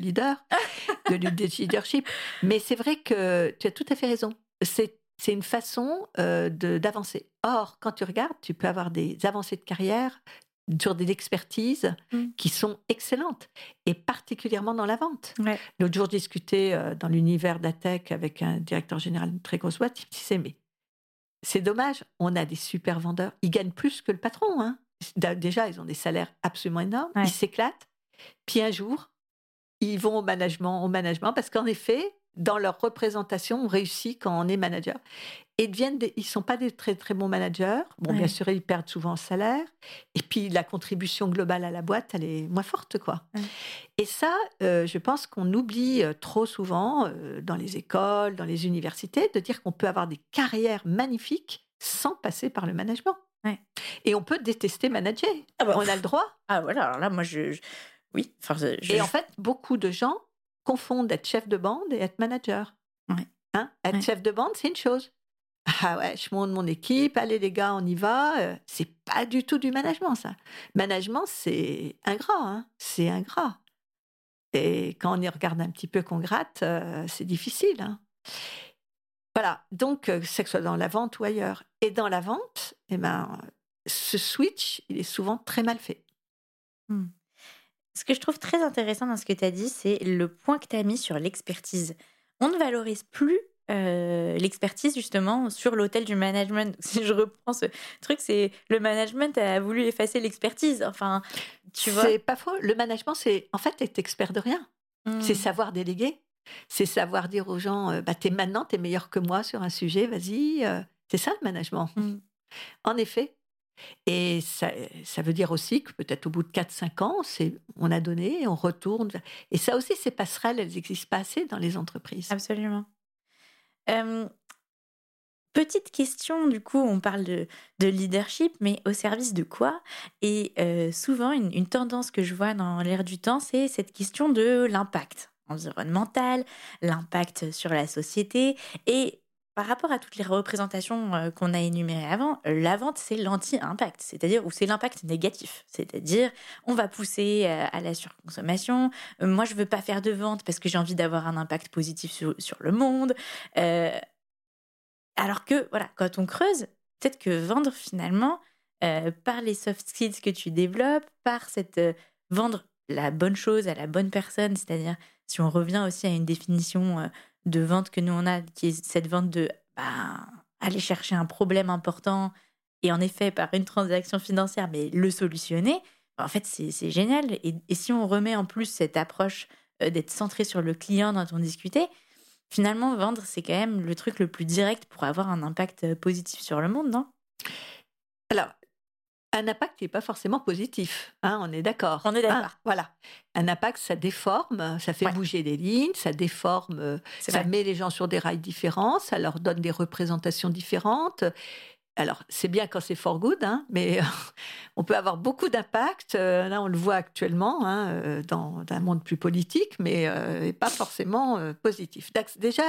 leadership. Mais c'est vrai que tu as tout à fait raison. C'est une façon d'avancer. Or, quand tu regardes, tu peux avoir des avancées de carrière sur des expertises qui sont excellentes, et particulièrement dans la vente. L'autre jour, je discutais dans l'univers d'Atech avec un directeur général d'une très grosse boîte. Il me disait, mais c'est dommage, on a des super vendeurs. Ils gagnent plus que le patron. Déjà, ils ont des salaires absolument énormes. Ils s'éclatent. Puis un jour, ils vont au management parce qu'en effet, dans leur représentation, on réussit quand on est manager. Et ils ne sont pas des très, très bons managers. Bon, bien sûr, ils perdent souvent en salaire. Et puis, la contribution globale à la boîte, elle est moins forte, quoi. Et ça, je pense qu'on oublie trop souvent dans les écoles, dans les universités, de dire qu'on peut avoir des carrières magnifiques sans passer par le management. Et on peut détester manager. On a le droit. Ah, voilà. Alors là, moi, oui. Et en fait, beaucoup de gens confondent être chef de bande et être manager. Être chef de bande, c'est une chose. Ah ouais, je monte mon équipe, allez les gars, on y va. C'est pas du tout du management, ça. Management, c'est ingrat, c'est ingrat. Et quand on y regarde un petit peu, qu'on gratte, c'est difficile. Voilà, donc, que ce soit dans la vente ou ailleurs. Et dans la vente, ce switch, il est souvent très mal fait. Mmh. Ce que je trouve très intéressant dans ce que tu as dit, c'est le point que tu as mis sur l'expertise. On ne valorise plus l'expertise justement sur l'autel du management. Si je reprends ce truc, c'est le management a voulu effacer l'expertise. Enfin, tu vois. C'est pas faux. Le management, c'est en fait être expert de rien. C'est savoir déléguer. C'est savoir dire aux gens, t'es meilleur que moi sur un sujet, vas-y. C'est ça le management. En effet. Et ça veut dire aussi que peut-être au bout de 4-5 ans, on a donné, on retourne. Et ça aussi, ces passerelles, elles n'existent pas assez dans les entreprises. Absolument. Petite question, du coup, on parle de leadership, mais au service de quoi? Et souvent, une tendance que je vois dans l'air du temps, c'est cette question de l'impact environnemental, l'impact sur la société. Et par rapport à toutes les représentations qu'on a énumérées avant, la vente, c'est l'anti-impact, c'est-à-dire, ou c'est l'impact négatif. C'est-à-dire, on va pousser à la surconsommation. Moi, je veux pas faire de vente parce que j'ai envie d'avoir un impact positif sur le monde. Alors que, voilà, quand on creuse, peut-être que vendre finalement, par les soft skills que tu développes, par cette vendre la bonne chose à la bonne personne, c'est-à-dire si on revient aussi à une définition de vente que nous on a, qui est cette vente de aller chercher un problème important et en effet par une transaction financière, mais le solutionner, en fait c'est génial. Et si on remet en plus cette approche d'être centré sur le client dont on discutait, finalement, vendre, c'est quand même le truc le plus direct pour avoir un impact positif sur le monde, non? Alors, un impact n'est pas forcément positif, hein, on est d'accord. On est d'accord. Voilà. Un impact, ça déforme, ça fait bouger des lignes, ça déforme, ça met les gens sur des rails différents, ça leur donne des représentations différentes. Alors, c'est bien quand c'est for good, hein, mais on peut avoir beaucoup d'impact. Là, on le voit actuellement dans un monde plus politique, mais pas forcément positif. Déjà,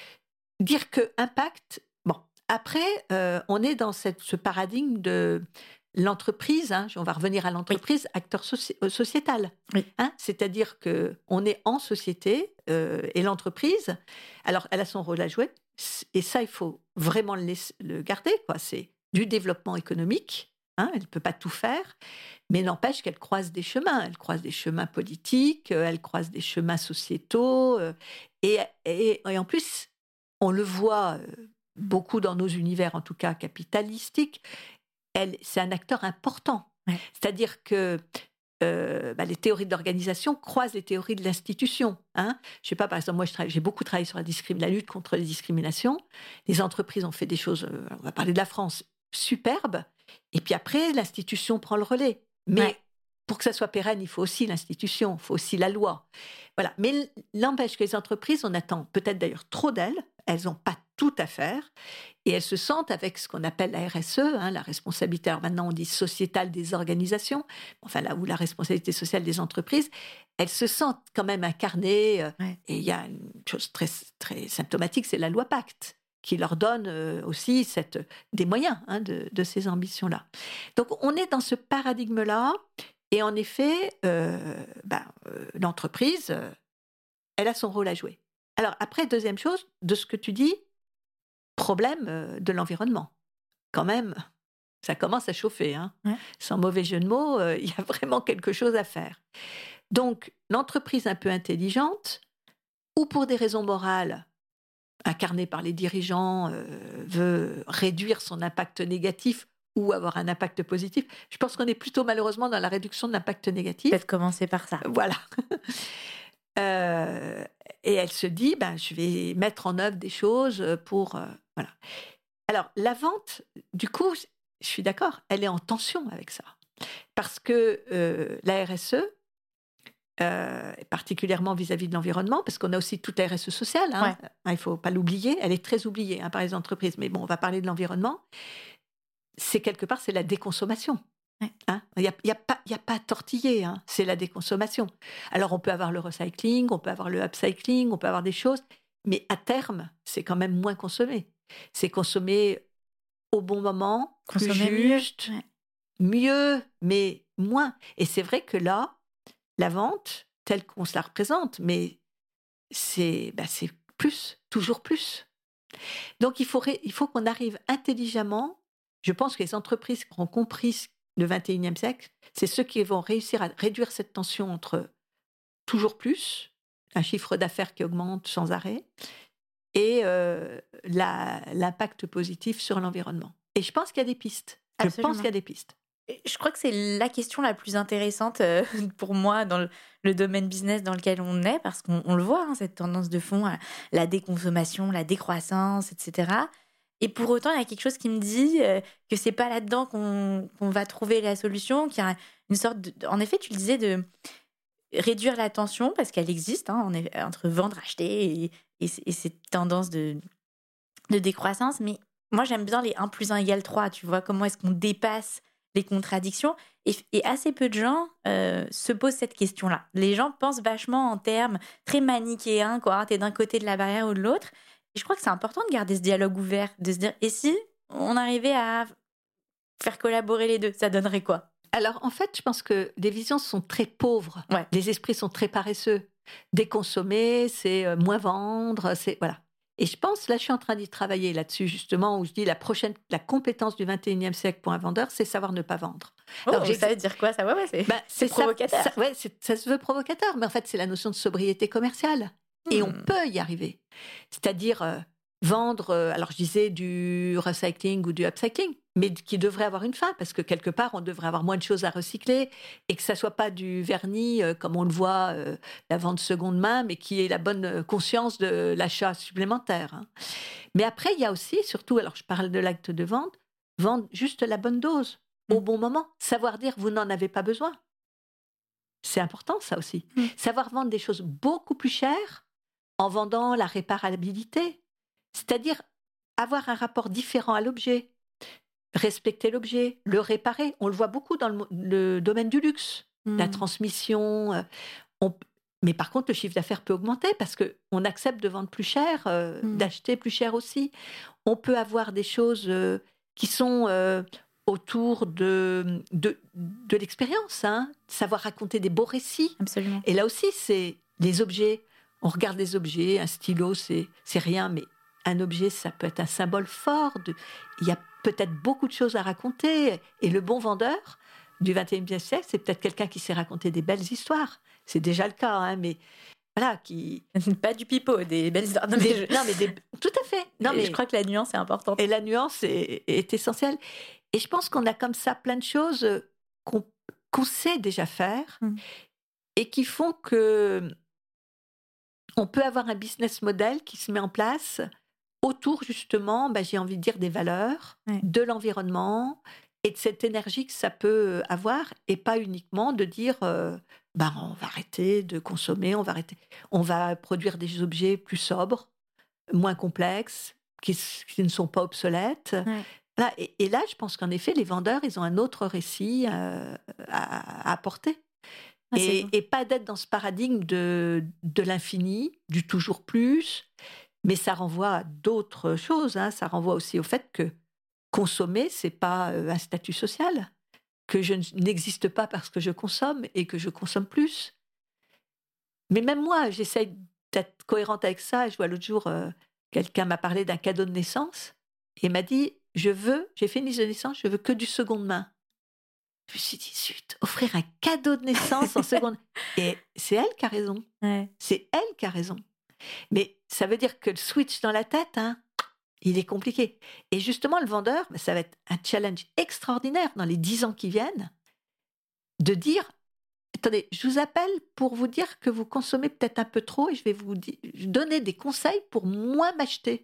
dire que impact... Bon, après, on est dans ce paradigme de l'entreprise, on va revenir à l'entreprise, acteur sociétal. Oui. C'est-à-dire qu'on est en société et l'entreprise, alors elle a son rôle à jouer, et ça, il faut vraiment le garder, quoi. C'est du développement économique, elle ne peut pas tout faire, mais n'empêche qu'elle croise des chemins. Elle croise des chemins politiques, elle croise des chemins sociétaux, et en plus, on le voit beaucoup dans nos univers, en tout cas capitalistiques, c'est un acteur important. Ouais. C'est-à-dire que les théories de l'organisation croisent les théories de l'institution. Je ne sais pas, par exemple, moi j'ai beaucoup travaillé sur la lutte contre les discriminations. Les entreprises ont fait des choses, on va parler de la France, superbes. Et puis après, l'institution prend le relais. Mais pour que ça soit pérenne, il faut aussi l'institution, il faut aussi la loi. Voilà. Mais n'empêche que les entreprises, on attend peut-être d'ailleurs trop d'elles. Elles n'ont pas tout à faire. Et elles se sentent avec ce qu'on appelle la RSE, la responsabilité, alors maintenant on dit sociétale des organisations, enfin là où la responsabilité sociale des entreprises, elles se sentent quand même incarnées. Et il y a une chose très, très symptomatique, c'est la loi Pacte, qui leur donne aussi des moyens de ces ambitions-là. Donc on est dans ce paradigme-là, et en effet, l'entreprise, elle a son rôle à jouer. Alors après, deuxième chose, de ce que tu dis, problème de l'environnement. Quand même, ça commence à chauffer. Sans mauvais jeu de mots, il y a vraiment quelque chose à faire. Donc, l'entreprise un peu intelligente, ou pour des raisons morales, incarnée par les dirigeants, veut réduire son impact négatif ou avoir un impact positif. Je pense qu'on est plutôt malheureusement dans la réduction de l'impact négatif. Peut-être commencer par ça. Voilà. Et elle se dit, je vais mettre en œuvre des choses pour... voilà. Alors, la vente, du coup, je suis d'accord, elle est en tension avec ça. Parce que la RSE, particulièrement vis-à-vis de l'environnement, parce qu'on a aussi toute la RSE sociale, il ne faut pas l'oublier, elle est très oubliée par les entreprises, mais bon, on va parler de l'environnement. C'est quelque part, c'est la déconsommation. Il n'y a pas à tortiller, c'est la déconsommation. Alors, on peut avoir le recycling, on peut avoir le upcycling, on peut avoir des choses, mais à terme, c'est quand même moins consommé. C'est consommé au bon moment, consommer plus juste, mieux, mais moins. Et c'est vrai que là, la vente, telle qu'on se la représente, mais c'est plus, toujours plus. Donc, il faut qu'on arrive intelligemment. Je pense que les entreprises qui ont compris le 21e siècle, c'est ceux qui vont réussir à réduire cette tension entre toujours plus, un chiffre d'affaires qui augmente sans arrêt, et l'impact positif sur l'environnement. Et je pense qu'il y a des pistes. Absolument. Je pense qu'il y a des pistes. Je crois que c'est la question la plus intéressante pour moi dans le domaine business dans lequel on est, parce qu'on le voit, cette tendance de fond à la déconsommation, la décroissance, etc. Et pour autant, il y a quelque chose qui me dit que c'est pas là-dedans qu'on va trouver la solution, qu'il y a une sorte en effet, tu le disais, de réduire la tension, parce qu'elle existe, entre vendre, acheter et cette tendance de décroissance. Mais moi, j'aime bien les 1 + 1 = 3, tu vois, comment est-ce qu'on dépasse les contradictions, et assez peu de gens se posent cette question-là. Les gens pensent vachement en termes très manichéens, quoi. T'es d'un côté de la barrière ou de l'autre. Et je crois que c'est important de garder ce dialogue ouvert, de se dire, et si on arrivait à faire collaborer les deux, ça donnerait quoi? Alors, en fait, je pense que les visions sont très pauvres. Ouais. Les esprits sont très paresseux. Déconsommer, c'est moins vendre, c'est... Voilà. Et je pense, là, je suis en train d'y travailler là-dessus, justement, où je dis la compétence du 21e siècle pour un vendeur, c'est savoir ne pas vendre. Alors, ça veut dire quoi, ça? C'est provocateur. Ça se veut provocateur, mais en fait, c'est la notion de sobriété commerciale. Et on peut y arriver. C'est-à-dire vendre, alors je disais du recycling ou du upcycling, mais qui devrait avoir une fin, parce que quelque part, on devrait avoir moins de choses à recycler, et que ça ne soit pas du vernis, comme on le voit, la vente seconde main, mais qui ait la bonne conscience de l'achat supplémentaire. Mais après, il y a aussi, surtout, alors je parle de l'acte de vente, vendre juste la bonne dose, au bon moment. Savoir dire, vous n'en avez pas besoin. C'est important, ça aussi. Savoir vendre des choses beaucoup plus chères en vendant la réparabilité. C'est-à-dire avoir un rapport différent à l'objet, respecter l'objet, le réparer. On le voit beaucoup dans le domaine du luxe, la transmission. Mais par contre, le chiffre d'affaires peut augmenter parce qu'on accepte de vendre plus cher, d'acheter plus cher aussi. On peut avoir des choses qui sont autour de l'expérience, savoir raconter des beaux récits. Absolument. Et là aussi, c'est les objets. On regarde les objets, un stylo, c'est rien, mais un objet, ça peut être un symbole fort. Il y a peut-être beaucoup de choses à raconter. Et le bon vendeur du XXIe siècle, c'est peut-être quelqu'un qui sait raconter des belles histoires. C'est déjà le cas, mais voilà, qui... Pas du pipeau, des belles histoires. Tout à fait. Mais je crois que la nuance est importante. Et la nuance est essentielle. Et je pense qu'on a comme ça plein de choses qu'on sait déjà faire et qui font que on peut avoir un business model qui se met en place autour, justement, j'ai envie de dire, des valeurs, de l'environnement et de cette énergie que ça peut avoir, et pas uniquement de dire on va arrêter de consommer, on va produire des objets plus sobres, moins complexes, qui ne sont pas obsolètes. Là, et là, je pense qu'en effet, les vendeurs, ils ont un autre récit à apporter. Et pas d'être dans ce paradigme de l'infini, du toujours plus, mais ça renvoie à d'autres choses. Ça renvoie aussi au fait que consommer, c'est pas un statut social, que je n'existe pas parce que je consomme et que je consomme plus. Mais même moi, j'essaye d'être cohérente avec ça. Je vois l'autre jour, quelqu'un m'a parlé d'un cadeau de naissance et m'a dit, j'ai fait une liste de naissance, je veux que du seconde main. Je me suis dit, zut, offrir un cadeau de naissance en seconde. Et c'est elle qui a raison. C'est elle qui a raison. Mais ça veut dire que le switch dans la tête, il est compliqué. Et justement, le vendeur, ça va être un challenge extraordinaire dans les 10 ans qui viennent, de dire, attendez, je vous appelle pour vous dire que vous consommez peut-être un peu trop et je vais vous donner des conseils pour moins m'acheter.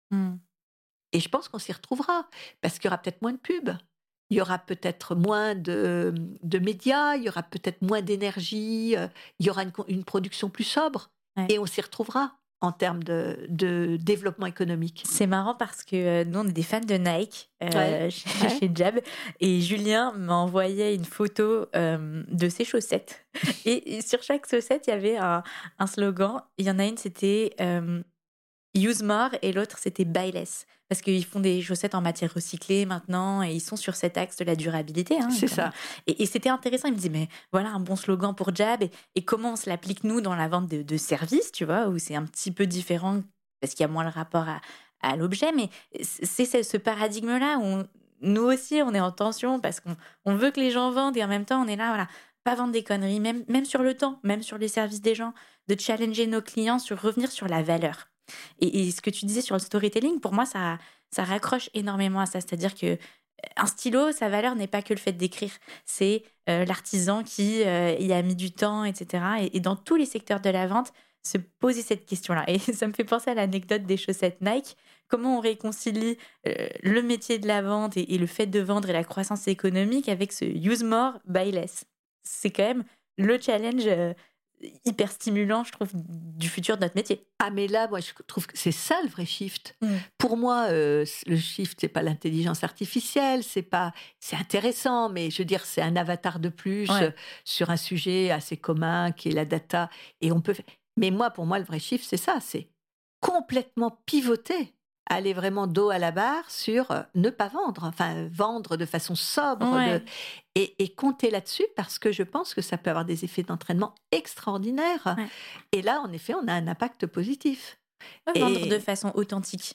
Et je pense qu'on s'y retrouvera, parce qu'il y aura peut-être moins de pubs. Il y aura peut-être moins de médias, il y aura peut-être moins d'énergie, il y aura une production plus sobre, et on s'y retrouvera en termes de développement économique. C'est marrant parce que nous, on est des fans de Nike chez Jab, et Julien m'envoyait une photo de ses chaussettes. Et sur chaque chaussette, il y avait un slogan. Il y en a une, c'était Use more, et l'autre, c'était Buy less. Parce qu'ils font des chaussettes en matière recyclée maintenant, et ils sont sur cet axe de la durabilité. C'est ça. Et c'était intéressant. Il me disait, mais voilà un bon slogan pour Jab, et comment on se l'applique, nous, dans la vente de services, tu vois, où c'est un petit peu différent, parce qu'il y a moins le rapport à l'objet, mais c'est ce paradigme-là où nous aussi, on est en tension parce qu'on veut que les gens vendent et en même temps, on est là, voilà, pas vendre des conneries, même sur le temps, même sur les services des gens, de challenger nos clients sur revenir sur la valeur. Et ce que tu disais sur le storytelling, pour moi, ça raccroche énormément à ça. C'est-à-dire que un stylo, sa valeur n'est pas que le fait d'écrire. C'est l'artisan qui y a mis du temps, etc. Et dans tous les secteurs de la vente, se poser cette question-là. Et ça me fait penser à l'anecdote des chaussettes Nike. Comment on réconcilie le métier de la vente et le fait de vendre et la croissance économique avec ce use more, buy less. C'est quand même le challenge hyper stimulant, je trouve, du futur de notre métier. Ah, mais là, moi, je trouve que c'est ça le vrai shift. Pour moi, le shift, c'est pas l'intelligence artificielle, c'est intéressant, mais je veux dire, c'est un avatar de plus sur un sujet assez commun qui est la data. Et mais pour moi, le vrai shift, c'est ça, c'est complètement pivoter, aller vraiment dos à la barre sur ne pas vendre, enfin vendre de façon sobre et compter là-dessus parce que je pense que ça peut avoir des effets d'entraînement extraordinaires. Ouais. Et là, en effet, on a un impact positif. Vendre de façon authentique.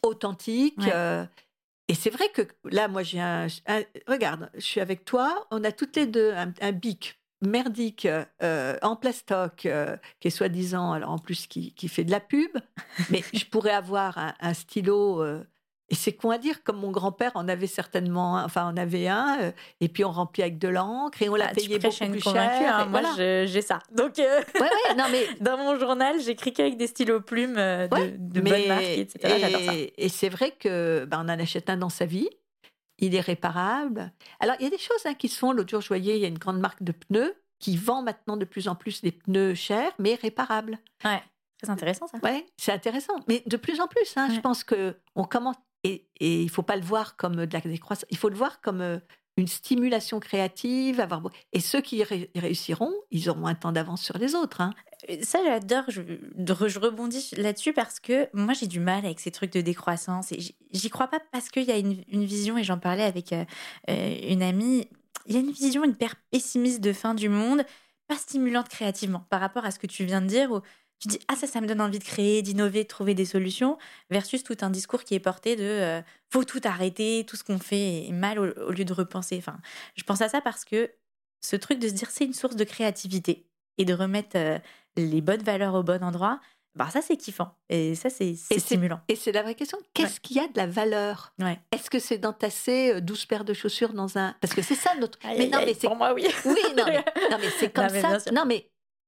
Et c'est vrai que là, moi, j'ai regarde, je suis avec toi, on a toutes les deux un bic merdique en plastoc qui est soi-disant, alors en plus qui fait de la pub, mais je pourrais avoir un stylo et c'est con à dire, comme mon grand-père en avait certainement on avait un et puis on remplit avec de l'encre et on l'a payé beaucoup plus cher. Hein, moi j'ai ça, donc non, mais dans mon journal j'écris qu'avec des stylos plumes de bonne marque, etc. J'adore ça. Et c'est vrai que on en achète un dans sa vie. Il est réparable. Alors, il y a des choses qui se font. L'autre jour, je voyais, il y a une grande marque de pneus qui vend maintenant de plus en plus des pneus chers, mais réparables. Ouais, c'est intéressant ça. Ouais, c'est intéressant. Mais de plus en plus, je pense qu'on commence... Et il ne faut pas le voir comme de la décroissance. Il faut le voir comme une stimulation créative. Et ceux qui réussiront, ils auront un temps d'avance sur les autres. Ça, j'adore. Je rebondis là-dessus parce que moi, j'ai du mal avec ces trucs de décroissance. Et j'y crois pas parce qu'il y a une vision, et j'en parlais avec une amie, il y a une vision hyper pessimiste de fin du monde, pas stimulante créativement par rapport à ce que tu viens de dire, où tu dis « Ah, ça me donne envie de créer, d'innover, de trouver des solutions », versus tout un discours qui est porté de faut tout arrêter, tout ce qu'on fait est mal au lieu de repenser. Enfin, je pense à ça parce que ce truc de se dire c'est une source de créativité et de remettre les bonnes valeurs au bon endroit, ça c'est kiffant et ça c'est stimulant. Et c'est la vraie question, qu'est-ce qu'il y a de la valeur ? Est-ce que c'est d'entasser 12 paires de chaussures dans un... Parce que c'est ça notre... Pour moi, oui. Oui, non mais c'est comme ça. Non mais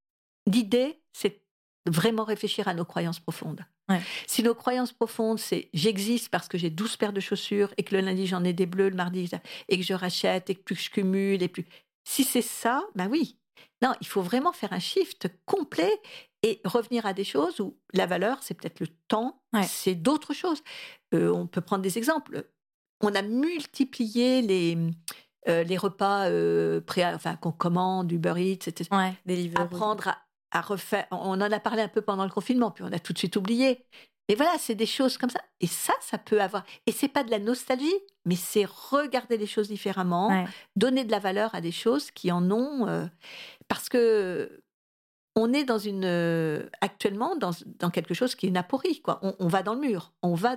l'idée, c'est vraiment réfléchir à nos croyances profondes. Ouais. Si nos croyances profondes, c'est j'existe parce que j'ai 12 paires de chaussures et que le lundi j'en ai des bleues, le mardi et que je rachète et que plus je cumule et plus... Si c'est ça, oui. Non, il faut vraiment faire un shift complet et revenir à des choses où la valeur, c'est peut-être le temps, c'est d'autres choses. On peut prendre des exemples. On a multiplié les repas qu'on commande, Uber Eats, etc. Apprendre à refaire. On en a parlé un peu pendant le confinement, puis on a tout de suite oublié. Et voilà, c'est des choses comme ça. Et ça peut avoir... Et c'est pas de la nostalgie, mais c'est regarder les choses différemment, donner de la valeur à des choses qui en ont... parce que on est actuellement dans quelque chose qui est une aporie, quoi. On va dans le mur.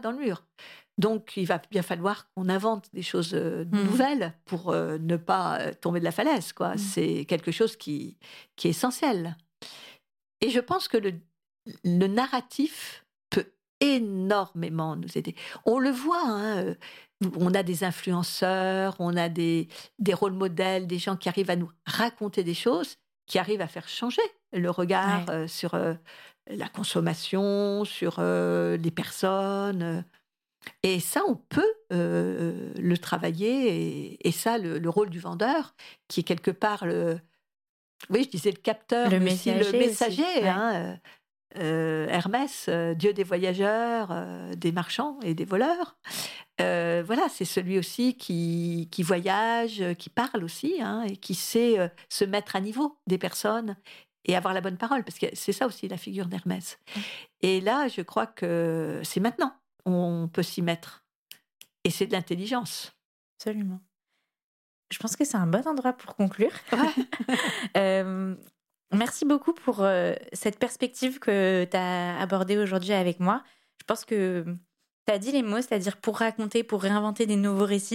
Donc, il va bien falloir qu'on invente des choses nouvelles pour ne pas tomber de la falaise, quoi. C'est quelque chose qui est essentiel. Et je pense que le narratif peut énormément nous aider. On le voit, on a des influenceurs, on a des rôles modèles, des gens qui arrivent à nous raconter des choses, qui arrivent à faire changer le regard sur la consommation, sur les personnes. Et ça, on peut le travailler. Et ça, le rôle du vendeur, qui est quelque part oui, je disais le capteur, mais aussi le messager. Hermès, dieu des voyageurs, des marchands et des voleurs. Voilà, c'est celui aussi qui voyage, qui parle aussi, et qui sait se mettre à niveau des personnes et avoir la bonne parole, parce que c'est ça aussi la figure d'Hermès. Et là, je crois que c'est maintenant, on peut s'y mettre. Et c'est de l'intelligence. Absolument. Je pense que c'est un bon endroit pour conclure. Merci beaucoup pour cette perspective que tu as abordée aujourd'hui avec moi. Je pense que tu as dit les mots, c'est-à-dire pour raconter, pour réinventer des nouveaux récits.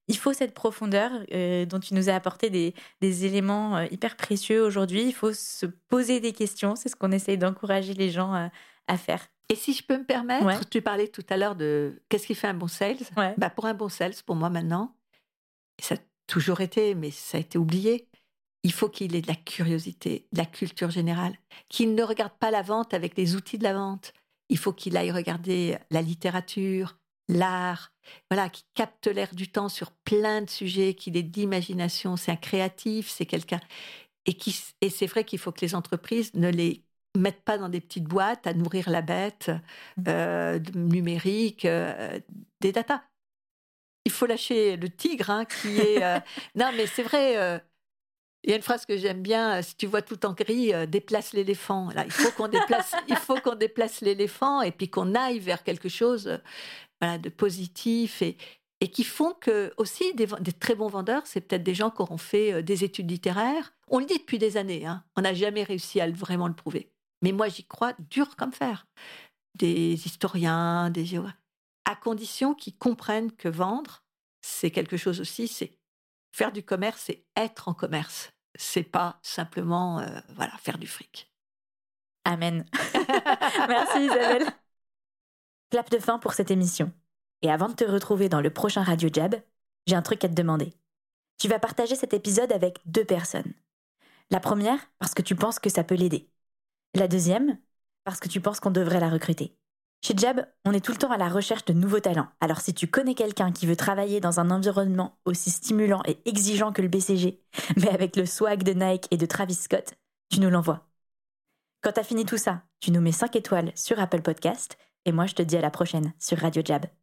il faut cette profondeur dont tu nous as apporté des éléments hyper précieux aujourd'hui. Il faut se poser des questions. C'est ce qu'on essaye d'encourager les gens à faire. Et si je peux me permettre, Ouais. tu parlais tout à l'heure de qu'est-ce qui fait un bon sales. Ouais. Pour un bon sales, pour moi maintenant, ça a toujours été, mais ça a été oublié, il faut qu'il ait de la curiosité, de la culture générale, qu'il ne regarde pas la vente avec les outils de la vente. Il faut qu'il aille regarder la littérature, l'art, voilà, qu'il capte l'air du temps sur plein de sujets, qu'il ait d'imagination. C'est un créatif, c'est quelqu'un... Et c'est vrai qu'il faut que les entreprises ne les mettent pas dans des petites boîtes à nourrir la bête numérique, des datas. Il faut lâcher le tigre qui est... Non, mais c'est vrai... Il y a une phrase que j'aime bien, si tu vois tout en gris, déplace l'éléphant. Là, il faut qu'on déplace l'éléphant et puis qu'on aille vers quelque chose de positif et qui font que aussi des très bons vendeurs, c'est peut-être des gens qui auront fait des études littéraires. On le dit depuis des années, on n'a jamais réussi à vraiment le prouver. Mais moi, j'y crois dur comme fer. Des historiens, des géographes, à condition qu'ils comprennent que vendre, c'est quelque chose aussi, c'est faire du commerce, c'est être en commerce. C'est pas simplement faire du fric. Amen. Merci Isabelle. Clap de fin pour cette émission. Et avant de te retrouver dans le prochain Radio Jab, j'ai un truc à te demander. Tu vas partager cet épisode avec 2 personnes. La première, parce que tu penses que ça peut l'aider. La deuxième, parce que tu penses qu'on devrait la recruter. Chez Jab, on est tout le temps à la recherche de nouveaux talents. Alors si tu connais quelqu'un qui veut travailler dans un environnement aussi stimulant et exigeant que le BCG, mais avec le swag de Nike et de Travis Scott, tu nous l'envoies. Quand t'as fini tout ça, tu nous mets 5 étoiles sur Apple Podcast et moi je te dis à la prochaine sur Radio Jab.